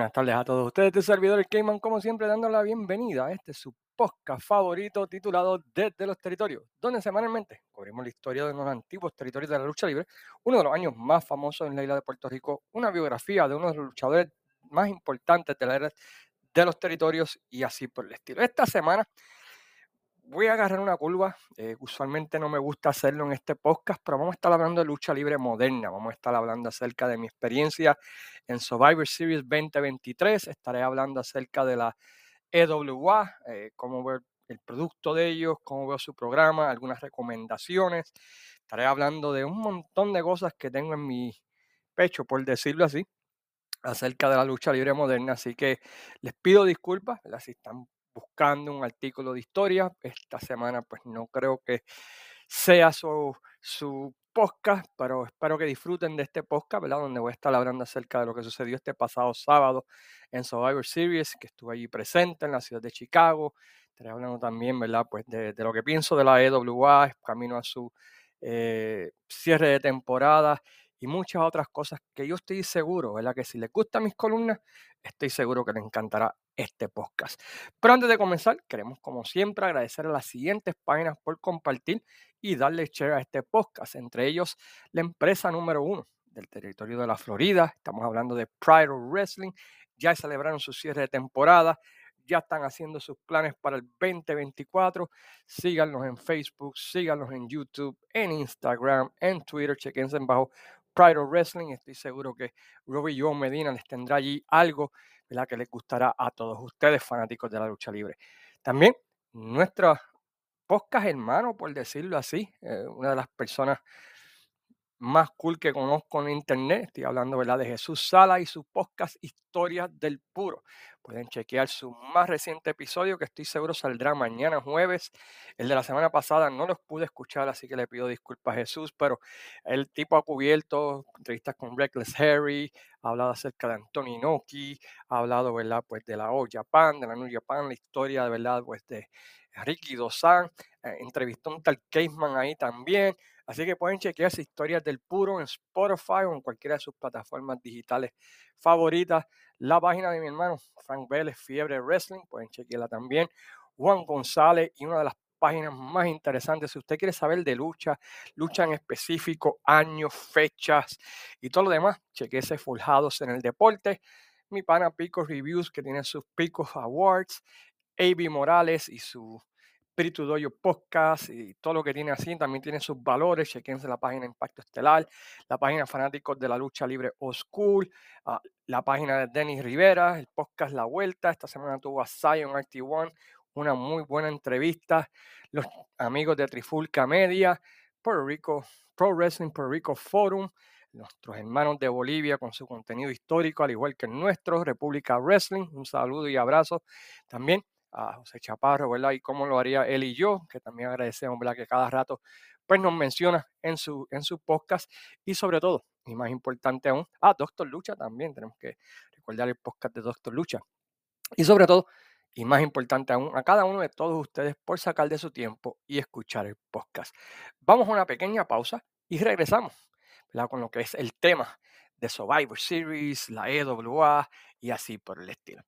Buenas tardes a todos ustedes, este servidor el Cayman, como siempre, dando la bienvenida a este su podcast favorito titulado Desde los Territorios, donde semanalmente cubrimos la historia de los antiguos territorios de la lucha libre, uno de los años más famosos en la isla de Puerto Rico, una biografía de uno de los luchadores más importantes de la era de los territorios y así por el estilo. Esta semana voy a agarrar una curva, usualmente no me gusta hacerlo en este podcast, pero vamos a estar hablando de lucha libre moderna, vamos a estar hablando acerca de mi experiencia en Survivor Series 2023, estaré hablando acerca de la EWA, cómo veo el producto de ellos, cómo veo su programa, algunas recomendaciones, estaré hablando de un montón de cosas que tengo en mi pecho, por decirlo así, acerca de la lucha libre moderna, así que les pido disculpas, ¿verdad? Si están buscando un artículo de historia, esta semana pues no creo que sea su podcast, pero espero que disfruten de este podcast, ¿verdad? Donde voy a estar hablando acerca de lo que sucedió este pasado sábado en Survivor Series, que estuve allí presente en la ciudad de Chicago. Estaré hablando también, ¿verdad? Pues de lo que pienso de la EWA, camino a su cierre de temporada y muchas otras cosas que yo estoy seguro, ¿verdad? Que si les gustan mis columnas, estoy seguro que les encantará este podcast. Pero antes de comenzar, queremos como siempre agradecer a las siguientes páginas por compartir y darle share a este podcast, entre ellos la empresa número uno del territorio de la Florida, estamos hablando de Pride of Wrestling, ya celebraron su cierre de temporada, ya están haciendo sus planes para el 2024, síganos en Facebook, síganos en YouTube, en Instagram, en Twitter, chequense bajo Pride of Wrestling, estoy seguro que Robbie Joe Medina les tendrá allí algo, ¿verdad?, que les gustará a todos ustedes fanáticos de la lucha libre. También nuestra podcast hermano, por decirlo así, una de las personas más cool que conozco en internet. Estoy hablando, ¿verdad?, de Jesús Sala y su podcast Historias del Puro. Pueden chequear su más reciente episodio, que estoy seguro saldrá mañana jueves. El de la semana pasada no los pude escuchar, así que le pido disculpas a Jesús, pero el tipo ha cubierto entrevistas con Reckless Harry, ha hablado acerca de Anthony Inoki, ha hablado, ¿verdad?, pues de la All Japan, de la New Japan, la historia, de verdad, pues de Ricky Dozan, entrevistó a un tal Caveman ahí también. Así que pueden chequearse Historias del Puro en Spotify o en cualquiera de sus plataformas digitales favoritas. La página de mi hermano Frank Vélez, Fiebre Wrestling, pueden chequearla también. Juan González, y una de las páginas más interesantes, si usted quiere saber de lucha, lucha en específico, años, fechas y todo lo demás, chequeese Forjados en el Deporte. Mi pana Pico Reviews, que tiene sus Picos Awards. AB Morales y su Espíritu Doyo Podcast y todo lo que tiene así, también tiene sus valores, chequense la página Impacto Estelar, la página Fanáticos de la Lucha Libre School, la página de Denis Rivera, el podcast La Vuelta, esta semana tuvo a Zion RT1, una muy buena entrevista, los amigos de Trifulca Media, Puerto Rico, Pro Wrestling Puerto Rico Forum, nuestros hermanos de Bolivia con su contenido histórico, al igual que el nuestro, República Wrestling, un saludo y abrazo también a José Chaparro, ¿verdad? Y cómo lo haría él y yo, que también agradecemos, ¿verdad?, que cada rato pues nos menciona en su podcast y sobre todo, y más importante aún, a Doctor Lucha también, tenemos que recordar el podcast de Doctor Lucha. Y sobre todo, y más importante aún, a cada uno de todos ustedes por sacar de su tiempo y escuchar el podcast. Vamos a una pequeña pausa y regresamos, ¿verdad?, con lo que es el tema de Survivor Series, la EWA y así por el estilo.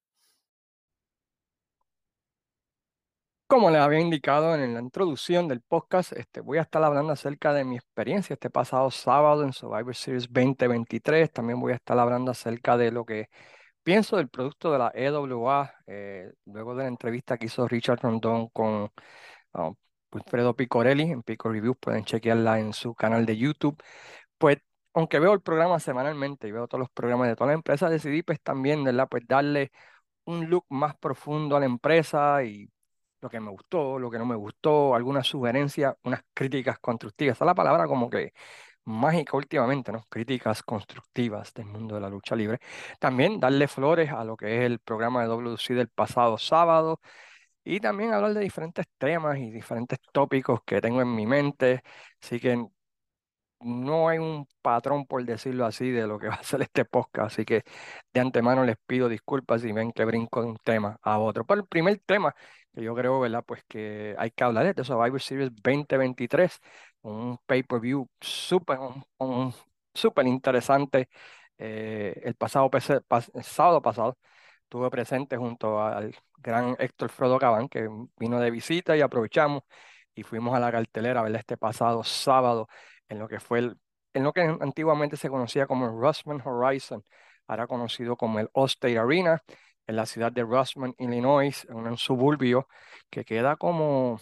Como les había indicado en la introducción del podcast, voy a estar hablando acerca de mi experiencia este pasado sábado en Survivor Series 2023. También voy a estar hablando acerca de lo que pienso del producto de la EWA, luego de la entrevista que hizo Richard Rondón con ah, Wilfredo Picorelli en Pico Reviews. Pueden chequearla en su canal de YouTube. Pues, aunque veo el programa semanalmente y veo todos los programas de toda la empresa, decidí pues también, ¿verdad?, pues darle un look más profundo a la empresa y lo que me gustó, lo que no me gustó, algunas sugerencias, unas críticas constructivas. Esa es la palabra como que mágica últimamente, ¿no? Críticas constructivas del mundo de la lucha libre. También darle flores a lo que es el programa de WC del pasado sábado y también hablar de diferentes temas y diferentes tópicos que tengo en mi mente. Así que no hay un patrón, por decirlo así, de lo que va a ser este podcast, así que de antemano les pido disculpas si ven que brinco de un tema a otro. Pero el primer tema que yo creo, ¿verdad?, pues que hay que hablar es de Survivor Series 2023, un pay-per-view súper interesante, el sábado pasado estuve presente junto al gran Héctor Frodo Cabán, que vino de visita y aprovechamos y fuimos a la cartelera, ¿verdad? Este pasado sábado en lo que en lo que antiguamente se conocía como el Russman Horizon, ahora conocido como el Allstate Arena, en la ciudad de Russman, Illinois, en un suburbio que queda como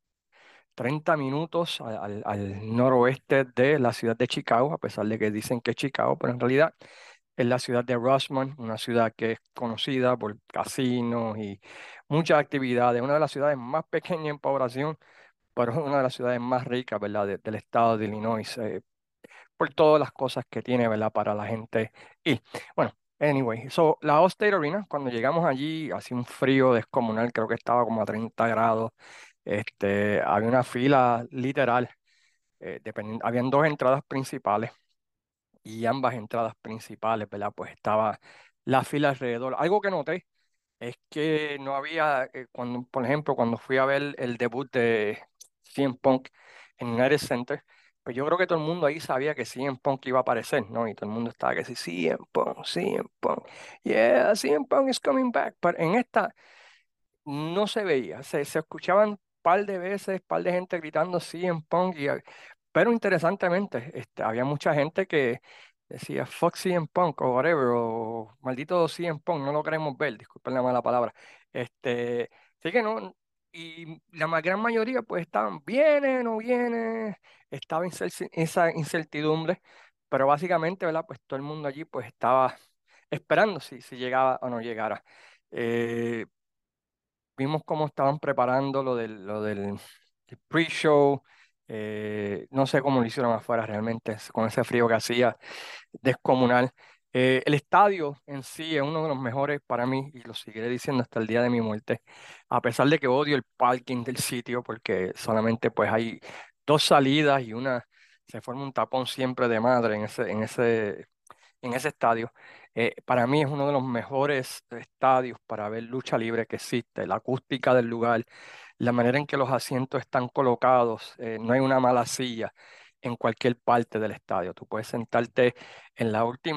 30 minutos al noroeste de la ciudad de Chicago, a pesar de que dicen que es Chicago, pero en realidad es la ciudad de Rossman, una ciudad que es conocida por casinos y muchas actividades, una de las ciudades más pequeñas en población, pero es una de las ciudades más ricas, ¿verdad? Del estado de Illinois, por todas las cosas que tiene, ¿verdad? Para la gente ir. Bueno, anyway, la Allstate Arena, cuando llegamos allí, hacía un frío descomunal, creo que estaba como a 30 grados. Había una fila literal, habían dos entradas principales y ambas entradas principales, ¿verdad? Pues estaba la fila alrededor. Algo que noté es que no había, por ejemplo, cuando fui a ver el debut de CM Punk en United Center, pues yo creo que todo el mundo ahí sabía que CM Punk iba a aparecer, ¿no? Y todo el mundo estaba que sí, CM Punk, yeah, CM Punk is coming back. Pero en esta no se veía, se escuchaban par de veces, par de gente gritando CM Punk, pero interesantemente, había mucha gente que decía fuck CM Punk o whatever, o maldito CM Punk, no lo queremos ver, disculpen la mala palabra. Así que no, y la gran mayoría pues estaban, viene, no viene, estaba esa incertidumbre, pero básicamente, ¿verdad? Pues todo el mundo allí pues estaba esperando si llegaba o no llegara. Eh, Vimos cómo estaban preparando el pre-show. No sé cómo lo hicieron afuera realmente, con ese frío que hacía descomunal. El estadio en sí es uno de los mejores para mí y lo seguiré diciendo hasta el día de mi muerte, a pesar de que odio el parking del sitio porque solamente pues hay dos salidas y se forma un tapón siempre de madre en ese estadio. Para mí es uno de los mejores estadios para ver lucha libre que existe. La acústica del lugar, la manera en que los asientos están colocados, no hay una mala silla en cualquier parte del estadio. Tú puedes sentarte en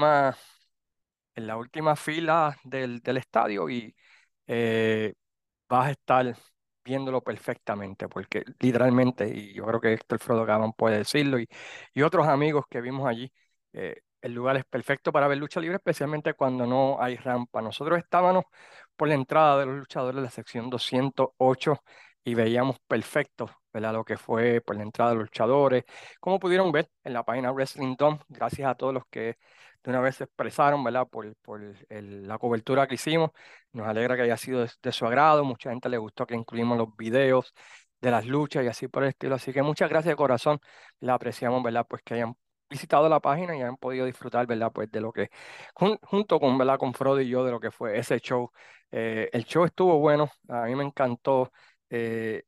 en la última fila del estadio y eh, vas a estar viéndolo perfectamente, porque literalmente, y yo creo que Héctor Frodo Gavan puede decirlo, y otros amigos que vimos allí, el lugar es perfecto para ver lucha libre, especialmente cuando no hay rampa. Nosotros estábamos por la entrada de los luchadores de la sección 208 y veíamos perfecto, ¿verdad? Lo que fue por la entrada de los luchadores. Como pudieron ver en la página Wrestling Dome, gracias a todos los que de una vez se expresaron, ¿verdad? Por la cobertura que hicimos. Nos alegra que haya sido de su agrado. Mucha gente le gustó que incluimos los videos de las luchas y así por el estilo. Así que muchas gracias de corazón. La apreciamos, ¿verdad? Pues que hayan visitado la página y hayan podido disfrutar, ¿verdad? Pues de lo que, junto con, ¿verdad? Con Frodo y yo, de lo que fue ese show. El show estuvo bueno. A mí me encantó. Eh,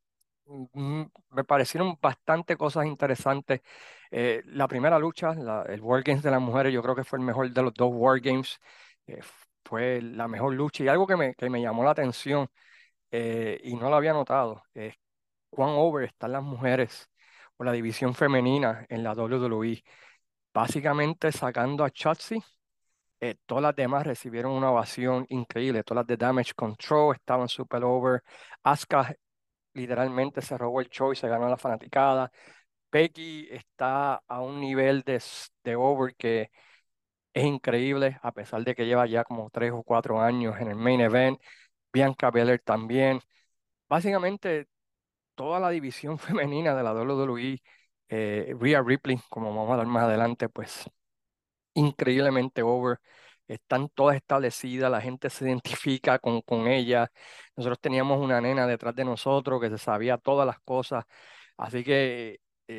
Me parecieron bastante cosas interesantes. La primera lucha, el War Games de las mujeres, yo creo que fue el mejor de los dos War Games. Eh, Fue la mejor lucha y algo que me llamó la atención y no lo había notado es cuán over están las mujeres o la división femenina en la WWE. Básicamente sacando a Shotzi, todas las demás recibieron una ovación increíble. Todas las de Damage Control estaban super over. Asuka literalmente se robó el show y se ganó a la fanaticada. Becky está a un nivel de over que es increíble, a pesar de que lleva ya como 3 o 4 años en el main event. Bianca Belair también. Básicamente, toda la división femenina de la WWE, Rhea Ripley, como vamos a hablar más adelante, pues increíblemente over. Están todas establecidas, la gente se identifica con ella. Nosotros teníamos una nena detrás de nosotros que se sabía todas las cosas. Así que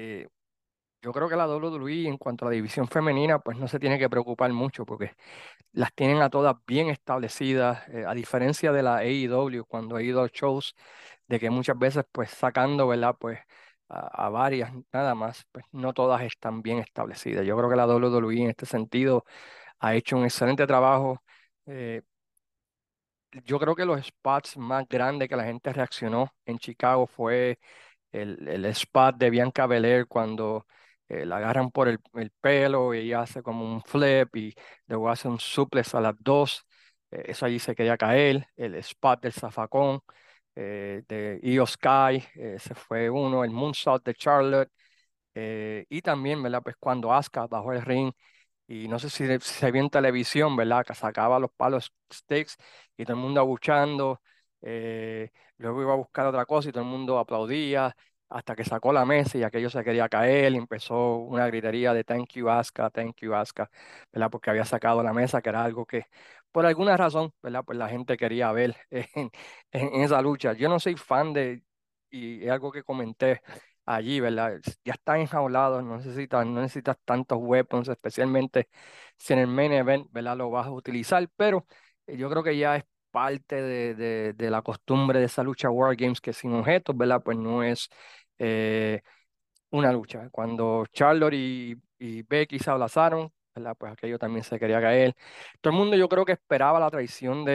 yo creo que la WWE en cuanto a la división femenina, pues no se tiene que preocupar mucho porque las tienen a todas bien establecidas, a diferencia de la AEW, cuando he ido a shows, de que muchas veces, pues sacando, ¿verdad? Pues a varias nada más, pues no todas están bien establecidas. Yo creo que la WWE en este sentido ha hecho un excelente trabajo. Eh, yo creo que los spots más grandes que la gente reaccionó en Chicago fue el spot de Bianca Belair cuando la agarran por el pelo y ella hace como un flip y luego hace un suplex a las dos. Eso allí se quería caer, el spot del zafacón de Io Sky, ese fue uno, el moonsault de Charlotte. Y también, ¿verdad? Pues cuando Asuka bajó el ring y no sé si se vio en televisión, ¿verdad? Que sacaba los palos sticks y todo el mundo abuchando. Luego iba a buscar otra cosa y todo el mundo aplaudía hasta que sacó la mesa y aquello se quería caer y empezó una gritería de thank you Asuka, ¿verdad? Porque había sacado la mesa, que era algo que por alguna razón, ¿verdad? Pues la gente quería ver en esa lucha. Yo no soy fan y es algo que comenté allí, ¿verdad? Ya están enjaulados, no necesitas tantos weapons, especialmente si en el main event, ¿verdad? Lo vas a utilizar, pero yo creo que ya es parte de la costumbre de esa lucha War Games que sin objetos, ¿verdad? Pues no es eh, una lucha. Cuando Charlotte y Becky se abrazaron, ¿verdad? Pues aquello también se quería caer. Todo el mundo yo creo que esperaba la traición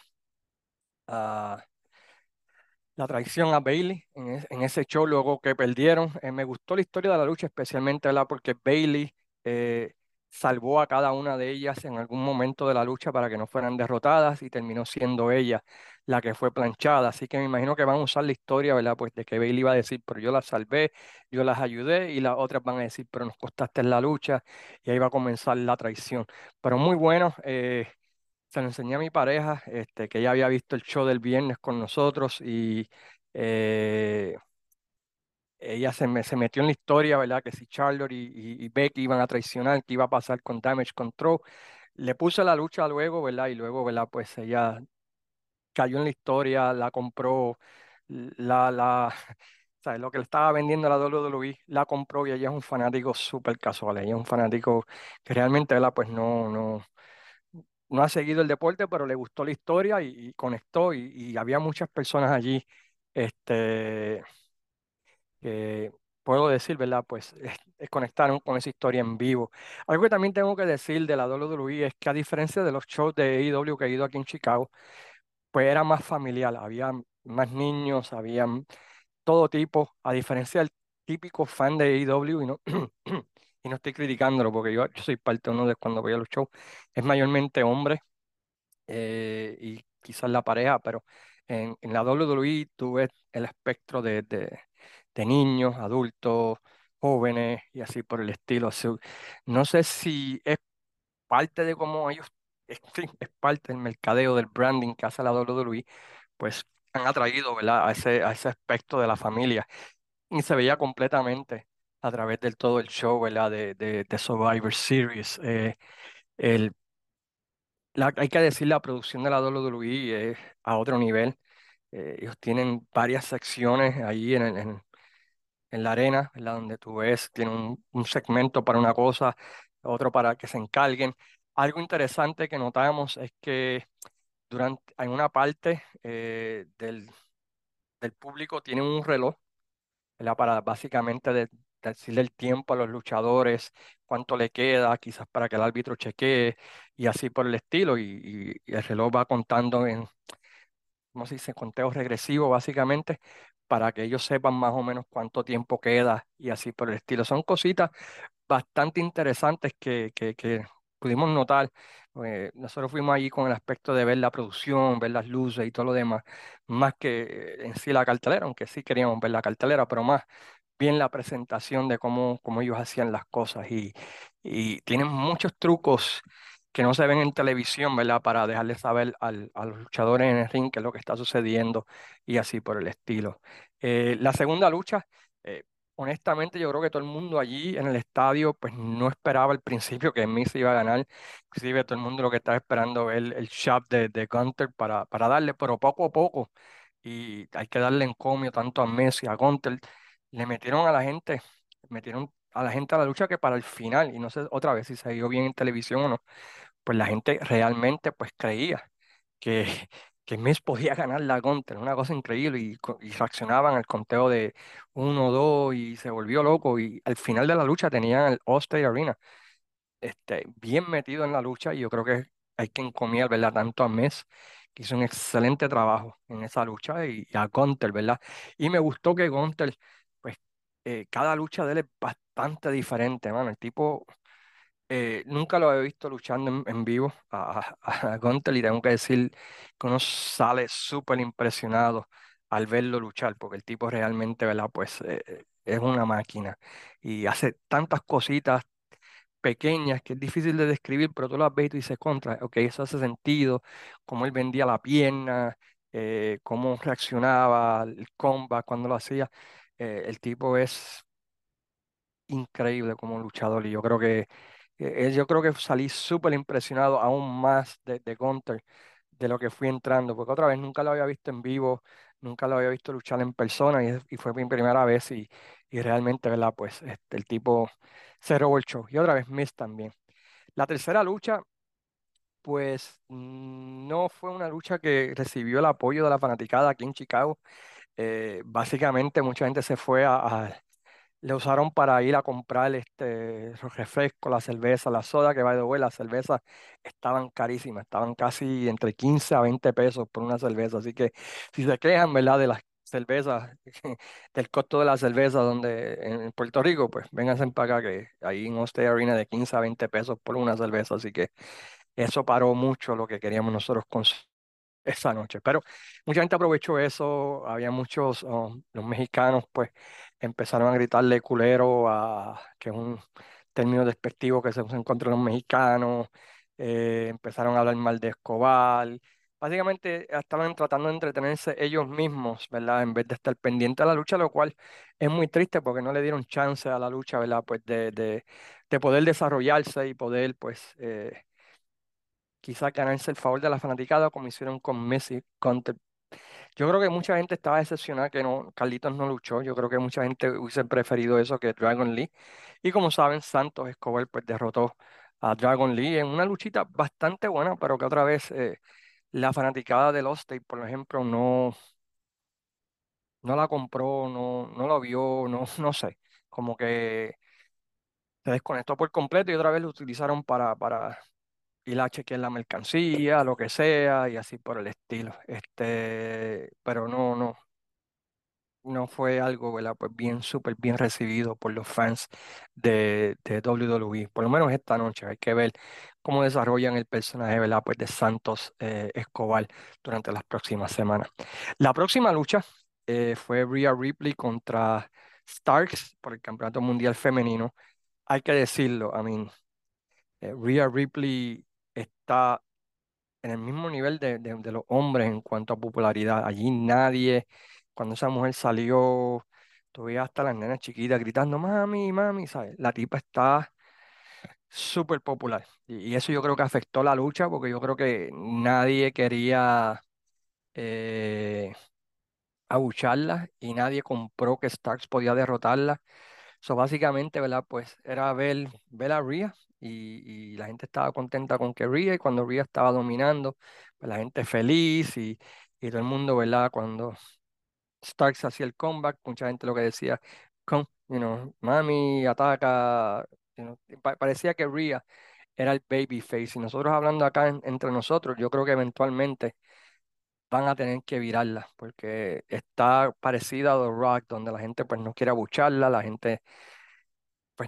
ah, la traición a Bailey en ese show luego que perdieron. Me gustó la historia de la lucha, especialmente, ¿verdad? Porque Bailey eh, salvó a cada una de ellas en algún momento de la lucha para que no fueran derrotadas y terminó siendo ella la que fue planchada. Así que me imagino que van a usar la historia, ¿verdad? Pues de que Bailey va a decir, pero yo las salvé, yo las ayudé y las otras van a decir, pero nos costaste en la lucha y ahí va a comenzar la traición. Pero muy bueno. Se lo enseñé a mi pareja, que ella había visto el show del viernes con nosotros y eh, ella se metió en la historia, ¿verdad? Que si Charlotte y Becky iban a traicionar, qué iba a pasar con Damage Control. Le puse la lucha luego, ¿verdad? Y luego, ¿verdad? Pues ella cayó en la historia, la compró, ¿sabes? Lo que le estaba vendiendo a la WWE, la compró y ella es un fanático súper casual. Ella es un fanático que realmente, ¿verdad? Pues no ha seguido el deporte, pero le gustó la historia y conectó y había muchas personas allí, este, que puedo decir, ¿verdad? Pues conectaron con esa historia en vivo. Algo que también tengo que decir de la WWE es que a diferencia de los shows de AEW que he ido aquí en Chicago, pues era más familiar, había más niños, había todo tipo, a diferencia del típico fan de AEW y no, y no estoy criticándolo porque yo soy parte de uno de cuando voy a los shows, es mayormente hombre y quizás la pareja, pero en la WWE tú ves el espectro de niños, adultos, jóvenes y así por el estilo. No sé si es parte de cómo ellos, sí, es parte del mercadeo, del branding que hace la WWE, pues han atraído, ¿verdad? A ese aspecto de la familia y se veía completamente a través de todo el show, ¿verdad? De Survivor Series. Hay que decir, la producción de la WWE es a otro nivel. Ellos tienen varias secciones ahí en la arena, ¿verdad? Donde tú ves, tienen un segmento para una cosa, otro para que se encarguen. Algo interesante que notamos es que en una parte del público tienen un reloj, ¿verdad? Para básicamente decirle el tiempo a los luchadores, cuánto le queda, quizás para que el árbitro chequee y así por el estilo. Y el reloj va contando ¿cómo se dice? Conteo regresivo básicamente para que ellos sepan más o menos cuánto tiempo queda y así por el estilo. Son cositas bastante interesantes que pudimos notar. Nosotros fuimos allí con el aspecto de ver la producción, ver las luces y todo lo demás, más que en sí la cartelera, aunque sí queríamos ver la cartelera, pero más bien la presentación de cómo ellos hacían las cosas y tienen muchos trucos que no se ven en televisión, ¿verdad? Para dejarles saber a los luchadores en el ring qué es lo que está sucediendo y así por el estilo. La segunda lucha, eh, honestamente yo creo que todo el mundo allí en el estadio pues no esperaba al principio que Miz iba a ganar, inclusive todo el mundo lo que estaba esperando ver el shot de Gunther para darle, pero poco a poco, y hay que darle encomio tanto a Messi, a Gunther, le metieron a la gente a la lucha que para el final, y no sé otra vez si se vio bien en televisión o no, pues la gente realmente pues creía que, que Miz podía ganar la Gunther, una cosa increíble, y reaccionaban al conteo de uno, dos, y se volvió loco, y al final de la lucha tenían el Allstate Arena bien metido en la lucha y yo creo que hay que encomiar, ¿verdad? Tanto a Mes, que hizo un excelente trabajo en esa lucha, y a Gunther, ¿verdad? Y me gustó que Gunther, pues, cada lucha de él es bastante diferente, mano. El tipo nunca lo había visto luchando en vivo a Gunther y tengo que decir que uno sale súper impresionado al verlo luchar, porque el tipo realmente, ¿verdad? Pues es una máquina y hace tantas cositas pequeñas que es difícil de describir, pero tú las ves y tú dices, contra, ok, eso hace sentido, cómo él vendía la pierna, cómo reaccionaba, el combat cuando lo hacía. El tipo es increíble como luchador y yo creo que salí súper impresionado aún más de Gunther de lo que fui entrando, porque otra vez nunca lo había visto en vivo, nunca lo había visto luchar en persona y fue mi primera vez y realmente, ¿verdad? Pues el tipo se robó el show y otra vez Miz también. La tercera lucha, pues no fue una lucha que recibió el apoyo de la fanaticada aquí en Chicago. Básicamente mucha gente se fue le usaron para ir a comprar los refrescos, la cerveza, la soda, que by the way, las cervezas estaban carísimas, estaban casi entre 15 a 20 pesos por una cerveza. Así que si se quejan, ¿verdad? De las cervezas, del costo de la cerveza donde en Puerto Rico, pues vénganse para acá, que ahí en Ostea Arena de 15 a 20 pesos por una cerveza. Así que eso paró mucho lo que queríamos nosotros consumir esa noche. Pero mucha gente aprovechó eso, había muchos, los mexicanos pues empezaron a gritarle culero, que es un término despectivo que se usa en contra de los mexicanos, empezaron a hablar mal de Escobar. Básicamente estaban tratando de entretenerse ellos mismos, ¿verdad? En vez de estar pendiente a la lucha, lo cual es muy triste porque no le dieron chance a la lucha, ¿verdad? Pues de poder desarrollarse y poder, pues, quizás ganarse el favor de la fanaticada como hicieron con Messi. Yo creo que mucha gente estaba decepcionada que no, Carlitos no luchó. Yo creo que mucha gente hubiese preferido eso que Dragon Lee. Y como saben, Santos Escobar pues derrotó a Dragon Lee en una luchita bastante buena, pero que otra vez la fanaticada de Lost Tape, por ejemplo, no la compró, no la vio, no sé. Como que se desconectó por completo y otra vez lo utilizaron para ir a chequear la mercancía, lo que sea, y así por el estilo. Pero no fue algo, ¿verdad? Pues bien, súper bien recibido por los fans de WWE. Por lo menos esta noche hay que ver cómo desarrollan el personaje, ¿verdad? Pues de Santos Escobar durante las próximas semanas. La próxima lucha fue Rhea Ripley contra Starks por el Campeonato Mundial Femenino. Hay que decirlo, Rhea Ripley está en el mismo nivel de los hombres en cuanto a popularidad. Allí nadie, cuando esa mujer salió, tuve hasta las nenas chiquitas gritando, mami, mami, ¿sabes? La tipa está súper popular. Y eso yo creo que afectó la lucha porque yo creo que nadie quería eh, abucharla y nadie compró que Starks podía derrotarla. So, básicamente, ¿verdad? Pues era ver a Rhea y la gente estaba contenta con que Rhea y cuando Rhea estaba dominando, pues la gente feliz y todo el mundo, ¿verdad? Cuando Starks hacía el comeback, mucha gente lo que decía, mami, ataca, parecía que Rhea era el babyface y nosotros hablando acá entre nosotros, yo creo que eventualmente van a tener que virarla porque está parecida a The Rock, donde la gente pues no quiere abucharla, la gente pues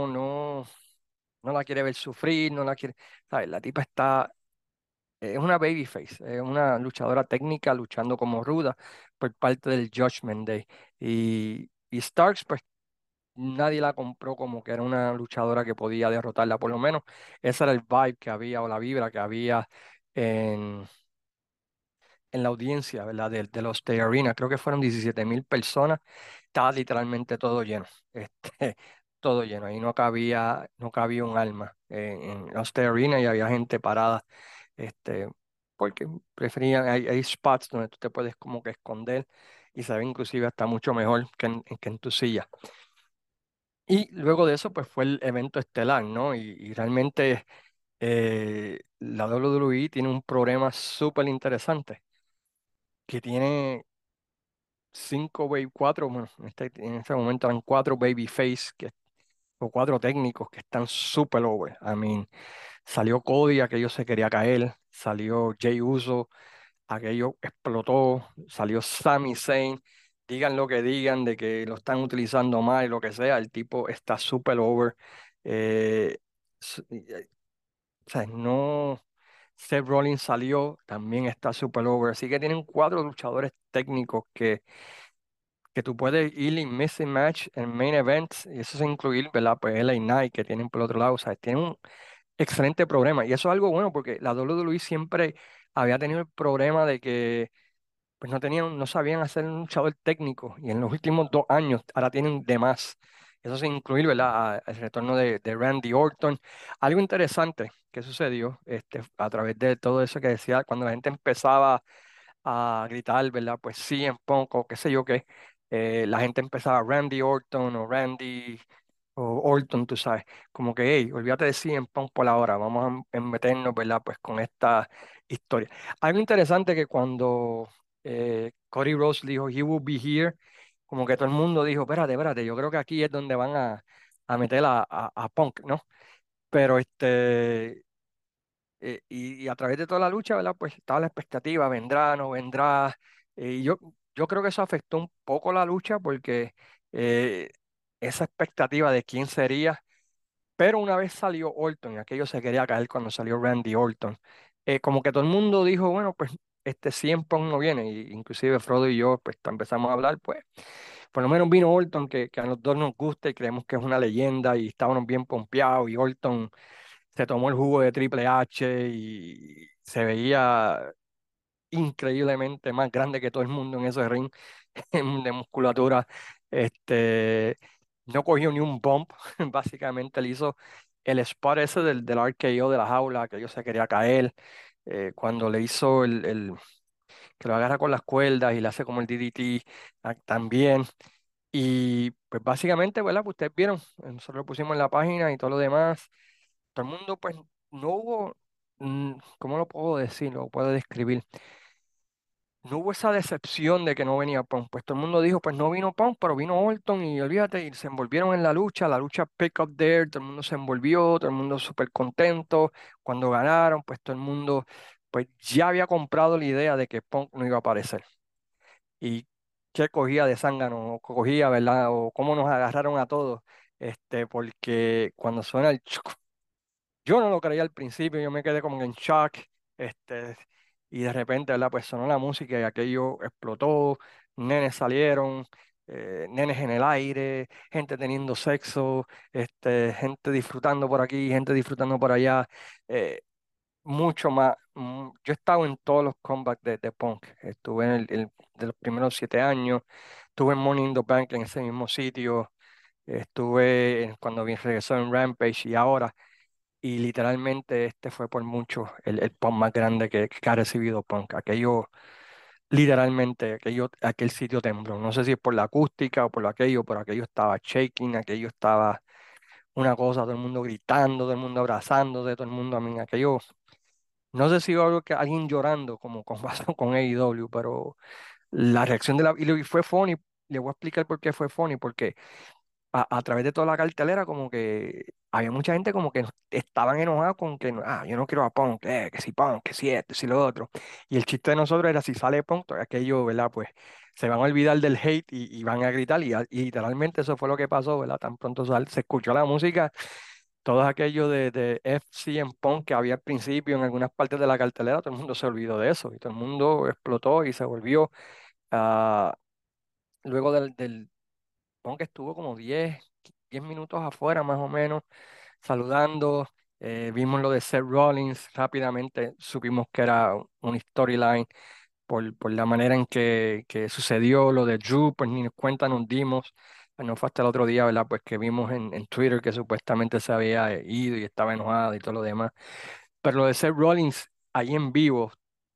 no la quiere ver sufrir, no la quiere, ¿sabes? La tipa es una babyface, es una luchadora técnica luchando como ruda por parte del Judgment Day. Y Starks, pues nadie la compró como que era una luchadora que podía derrotarla, por lo menos ese era el vibe que había o la vibra que había en la audiencia, ¿verdad? De los The Arena, creo que fueron 17.000 personas, estaba literalmente todo lleno, todo lleno, ahí no cabía un alma en los The Arena y había gente parada, este, porque preferían, hay spots donde tú te puedes como que esconder y se ve inclusive hasta mucho mejor que en tu silla. Y luego de eso, pues fue el evento estelar, ¿no? Y realmente la WWE tiene un programa súper interesante que tiene cuatro, bueno, en este momento eran cuatro babyface o cuatro técnicos que están súper over. Salió Cody, aquello se quería caer, salió Jey Uso, aquello explotó, salió Sami Zayn, digan lo que digan de que lo están utilizando mal y lo que sea, el tipo está súper over. Eh, o sea, no. Seth Rollins salió, también está súper over. Así que tienen cuatro luchadores técnicos que tú puedes ir en missing match en main events, y eso sin incluir, ¿verdad? Pues LA Knight que tienen por otro lado, o sea, tienen un excelente programa. Y eso es algo bueno porque la WWE siempre había tenido el problema de que pues no sabían hacer un luchador técnico y en los últimos 2 años ahora tienen de más. Eso sin incluir, ¿verdad? El retorno de Randy Orton. Algo interesante que sucedió a través de todo eso que decía cuando la gente empezaba a gritar, ¿verdad? Pues sí, en Punk o qué sé yo qué. La gente empezaba Randy Orton o Randy o Orton, tú sabes, como que, hey, olvídate de CM Punk por ahora, vamos a meternos, ¿verdad? Pues con esta historia. Algo interesante que cuando Cody Rhodes dijo, he will be here, como que todo el mundo dijo, espérate, espérate, yo creo que aquí es donde van a meter a Punk, ¿no? Pero y a través de toda la lucha, ¿verdad? Pues estaba la expectativa, vendrá, no vendrá. Yo creo que eso afectó un poco la lucha porque eh, esa expectativa de quién sería, pero una vez salió Orton, y aquello se quería caer cuando salió Randy Orton, como que todo el mundo dijo, bueno, pues este CM Punk no viene, y inclusive Frodo y yo pues empezamos a hablar, pues por lo menos vino Orton, que a los dos nos gusta y creemos que es una leyenda y estábamos bien pompeados y Orton se tomó el jugo de Triple H y se veía increíblemente más grande que todo el mundo en ese ring de musculatura. Este, no cogió ni un bump, básicamente le hizo el spot ese del RKO de la jaula, que yo se quería caer. Cuando le hizo que lo agarra con las cuerdas y le hace como el DDT también. Y pues básicamente, ¿verdad? Pues ustedes vieron, nosotros lo pusimos en la página y todo lo demás. Todo el mundo, pues, no hubo, ¿cómo lo puedo decir? Lo puedo describir. No hubo esa decepción de que no venía Punk. Pues todo el mundo dijo, pues no vino Punk, pero vino Orton y olvídate, y se envolvieron en la lucha pick up there, todo el mundo se envolvió, todo el mundo súper contento. Cuando ganaron, pues todo el mundo, pues ya había comprado la idea de que Punk no iba a aparecer. Y qué cogía de zángano, o cogía, ¿verdad? O cómo nos agarraron a todos, porque cuando suena el yo no lo creía al principio, yo me quedé como en shock, este, y de repente, ¿verdad? Pues sonó la música y aquello explotó, nenes salieron, nenes en el aire, gente teniendo sexo, gente disfrutando por aquí, gente disfrutando por allá, mucho más. Yo he estado en todos los comebacks de Punk, estuve en de los primeros 7 años, estuve en Money in the Bank en ese mismo sitio, estuve cuando regresó en Rampage y ahora. Y literalmente este fue por mucho el punk más grande que ha recibido punk. Aquello, literalmente, aquel sitio tembló. No sé si es por la acústica o por lo aquello, pero aquello estaba shaking, aquello estaba una cosa, todo el mundo gritando, todo el mundo abrazándose, todo el mundo a mí, aquello. No sé si hubo algo que alguien llorando, como con pasó con AEW, pero la reacción de y fue funny. Le voy a explicar por qué fue funny, porque a través de toda la cartelera, como que había mucha gente como que estaban enojados con que, yo no quiero a Punk, que si Punk, que si esto, que si lo otro. Y el chiste de nosotros era si sale Punk, todo aquello, ¿verdad? Pues se van a olvidar del hate y van a gritar. Y literalmente eso fue lo que pasó, ¿verdad? Tan pronto se escuchó la música, todo aquello de FC en Punk que había al principio en algunas partes de la cartelera, todo el mundo se olvidó de eso y todo el mundo explotó y se volvió. ah, Luego del Punk estuvo como 10 minutos afuera más o menos, saludando. Vimos lo de Seth Rollins, rápidamente supimos que era una storyline por la manera en que sucedió lo de Drew, pues ni cuenta nos dimos. No fue hasta el otro día, ¿verdad? Pues que vimos en Twitter que supuestamente se había ido y estaba enojado y todo lo demás. Pero lo de Seth Rollins ahí en vivo,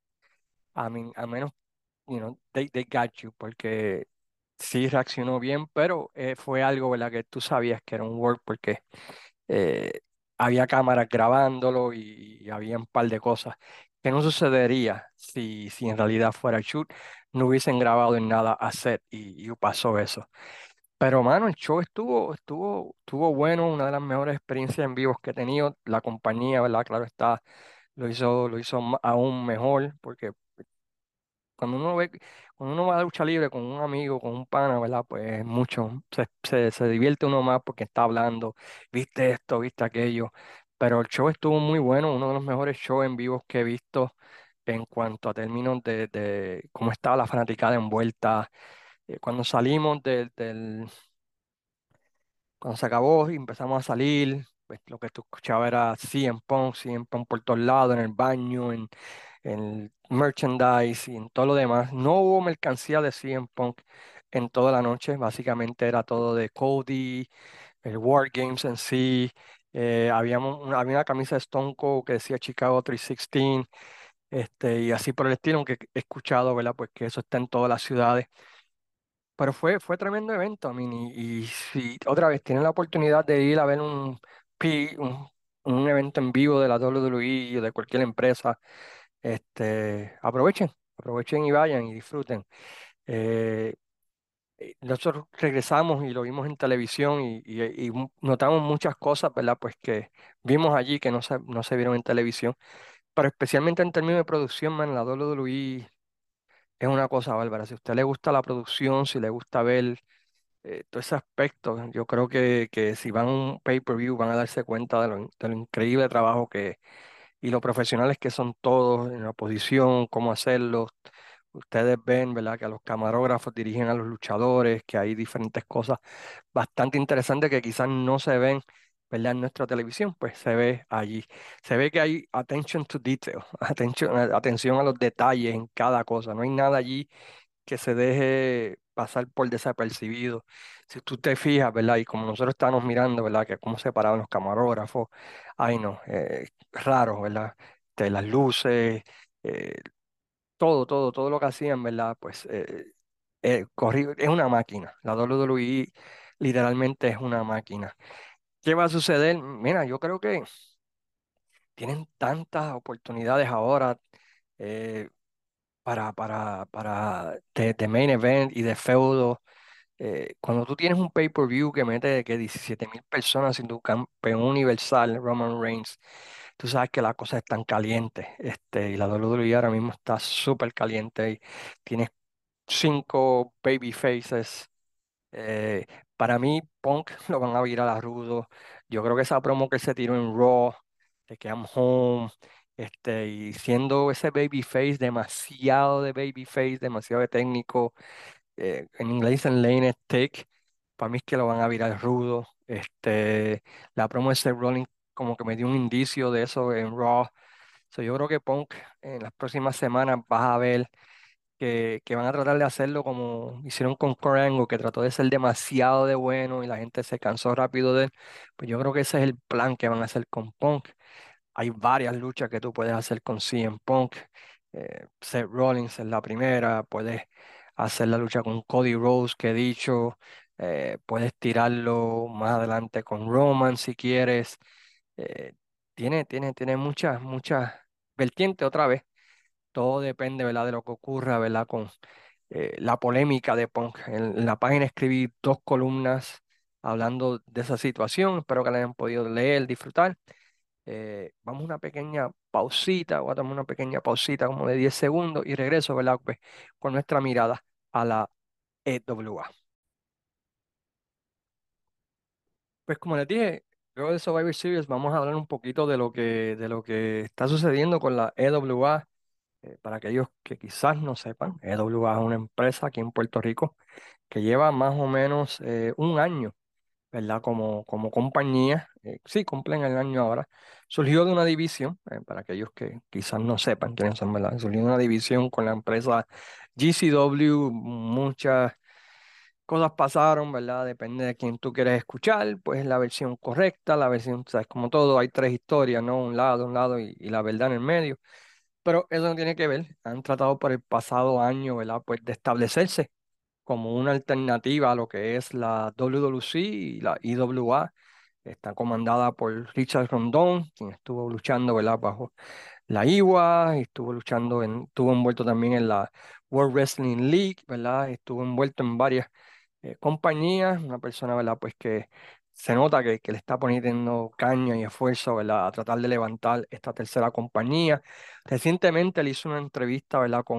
a menos, they got you, porque sí reaccionó bien, pero fue algo, ¿verdad? Que tú sabías que era un work porque eh, había cámaras grabándolo y había un par de cosas que no sucedería si en realidad fuera shoot, no hubiesen grabado en nada a set y pasó eso. Pero mano, el show estuvo bueno, una de las mejores experiencias en vivos que he tenido. La compañía, ¿verdad? Claro está, lo hizo aún mejor porque cuando uno ve, cuando uno va a la lucha libre con un amigo, con un pana, ¿verdad? Pues mucho, se divierte uno más porque está hablando, viste esto, viste aquello. Pero el show estuvo muy bueno, uno de los mejores shows en vivo que he visto en cuanto a términos de cómo estaba la fanaticada envuelta. Cuando salimos cuando se acabó y empezamos a salir, pues lo que tú escuchabas era CM Punk por todos lados, en el baño, en el merchandise y en todo lo demás. No hubo mercancía de CM Punk en toda la noche, básicamente era todo de Cody, el War Games en sí. Había una camisa de Stone Cold que decía Chicago 316, y así por el estilo, aunque he escuchado, ¿verdad? Pues que eso está en todas las ciudades. Pero fue tremendo evento, Mini. Y si otra vez tienen la oportunidad de ir a ver un evento en vivo de la WWE o de cualquier empresa, aprovechen y vayan y disfruten. Eh, Nosotros regresamos y lo vimos en televisión y notamos muchas cosas, ¿verdad? Pues que vimos allí que no se vieron en televisión, pero especialmente en términos de producción, man, la WWE es una cosa bárbara. Si a usted le gusta la producción, si le gusta ver todo ese aspecto, yo creo que si van a un pay-per-view van a darse cuenta de lo increíble trabajo y lo profesionales que son todos en la posición, cómo hacerlo. Ustedes ven, ¿verdad? Que a los camarógrafos dirigen a los luchadores, que hay diferentes cosas bastante interesantes que quizás no se ven, ¿verdad? En nuestra televisión, pues se ve allí. Se ve que hay attention to detail, atención a los detalles en cada cosa. No hay nada allí que se deje pasar por desapercibido. Si tú te fijas, ¿verdad? Y como nosotros estábamos mirando, ¿verdad? Que cómo se paraban los camarógrafos, ay no, raro, ¿verdad? Las luces, eh, todo lo que hacían, ¿verdad? Pues es una máquina. La WWE literalmente es una máquina. ¿Qué va a suceder? Mira, yo creo que tienen tantas oportunidades ahora. eh, de main event y de feudo. Cuando tú tienes un pay-per-view que mete que 17.000 personas sin tu campeón universal, Roman Reigns, tú sabes que las cosas están calientes. Y la WWE ahora mismo está súper caliente y tienes 5 baby faces. eh, para mí, Punk lo van a virar a rudo. Yo creo que esa promo que se tiró en Raw, de que I'm home, y siendo ese babyface, demasiado de babyface, demasiado de técnico, en inglés dicen lane stick, para mí es que lo van a virar rudo. La promo de Seth Rollins como que me dio un indicio de eso en Raw. So, yo creo que Punk en las próximas semanas vas a ver que van a tratar de hacerlo como hicieron con Kurt Angle, que trató de ser demasiado de bueno y la gente se cansó rápido de él. Pues yo creo que ese es el plan que van a hacer con Punk. Hay varias luchas que tú puedes hacer con CM Punk. Seth Rollins es la primera. Puedes hacer la lucha con Cody Rhodes, que he dicho. Puedes tirarlo más adelante con Roman si quieres. Eh, tiene muchas vertientes otra vez. Todo depende, ¿verdad? De lo que ocurra, ¿verdad? Con la polémica de Punk. En la página escribí 2 columnas hablando de esa situación. Espero que la hayan podido leer, disfrutar. Vamos a una pequeña pausita, voy a tomar una pequeña pausita como de 10 segundos y regreso, ¿verdad? Pues, con nuestra mirada a la EWA. Pues como les dije, luego de Survivor Series vamos a hablar un poquito de lo que está sucediendo con la EWA. Para aquellos que quizás no sepan, EWA es una empresa aquí en Puerto Rico que lleva más o menos un año, ¿verdad? Como compañía, sí, cumplen el año ahora. Surgió de una división, para aquellos que quizás no sepan quiénes son, ¿verdad? Surgió de una división con la empresa GCW, muchas cosas pasaron, ¿verdad? Depende de quién tú quieres escuchar, pues la versión correcta, la versión, sabes, como todo, hay 3 historias, ¿no? Un lado y la verdad en el medio. Pero eso no tiene que ver. Han tratado por el pasado año, ¿verdad? Pues de establecerse como una alternativa a lo que es la WWC y la IWA. Está comandada por Richard Rondón, quien estuvo luchando, ¿verdad? Bajo la IWA, y estuvo envuelto también en la World Wrestling League, ¿verdad? Estuvo envuelto en varias compañías, una persona, ¿verdad? Pues que se nota que le está poniendo caña y esfuerzo, ¿verdad? A tratar de levantar esta tercera compañía. Recientemente le hizo una entrevista, ¿verdad? Con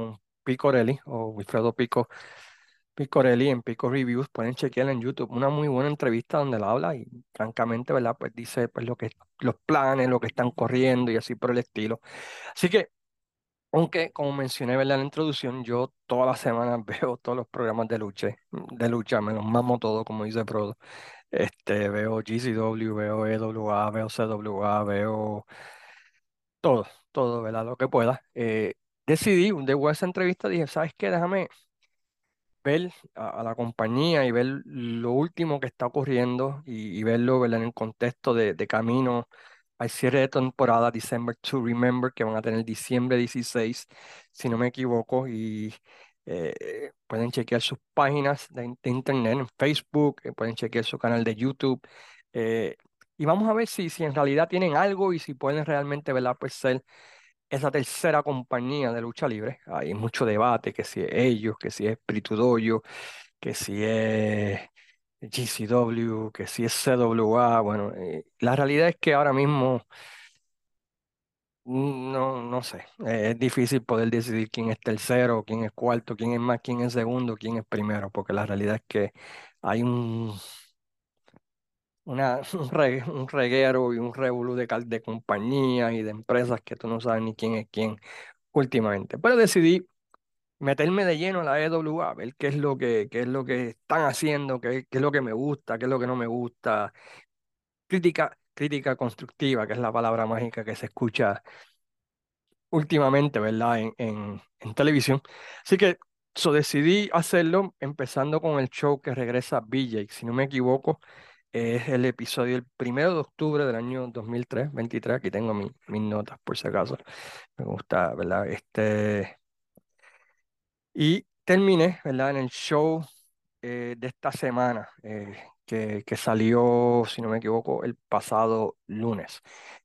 Picorelli o Wilfredo Picorelli en Pico Reviews, pueden chequearla en YouTube, una muy buena entrevista donde él habla y francamente, ¿verdad? Pues dice pues los planes, lo que están corriendo y así por el estilo. Así que, aunque como mencioné, ¿verdad? En la introducción, yo todas las semanas veo todos los programas de lucha, me los mamo todo, como dice Prodo. Veo GCW, veo EWA, veo CWA, veo todo, todo, ¿verdad? Lo que pueda. Decidí, de esa entrevista, dije, ¿sabes qué? Déjame ver a la compañía y ver lo último que está ocurriendo y verlo, ¿verdad? En el contexto de camino al cierre de temporada, December to Remember, que van a tener diciembre 16 si no me equivoco, y pueden chequear sus páginas de internet en Facebook, pueden chequear su canal de YouTube, eh, y vamos a ver si en realidad tienen algo y si pueden realmente, ¿verdad? Pues ser esa tercera compañía de lucha libre. Hay mucho debate, que si es ellos, que si es Espíritu Dojo, que si es GCW, que si es CWA. Bueno, la realidad es que ahora mismo no sé. Es difícil poder decidir quién es tercero, quién es cuarto, quién es más, quién es segundo, quién es primero, porque la realidad es que hay un reguero y un revolú de compañías y de empresas que tú no sabes ni quién es quién últimamente. Pero decidí meterme de lleno a la EWA, ver qué es lo que están haciendo, qué es lo que me gusta, qué es lo que no me gusta. Crítica constructiva, que es la palabra mágica que se escucha últimamente, ¿verdad? En televisión. Así que decidí hacerlo empezando con el show que regresa BJ, si no me equivoco. Es el episodio el 1 de octubre del año 2023. Aquí tengo mis notas por si acaso. Me gusta, ¿verdad? Y terminé, ¿verdad? En el show de esta semana, que salió, si no me equivoco, el pasado lunes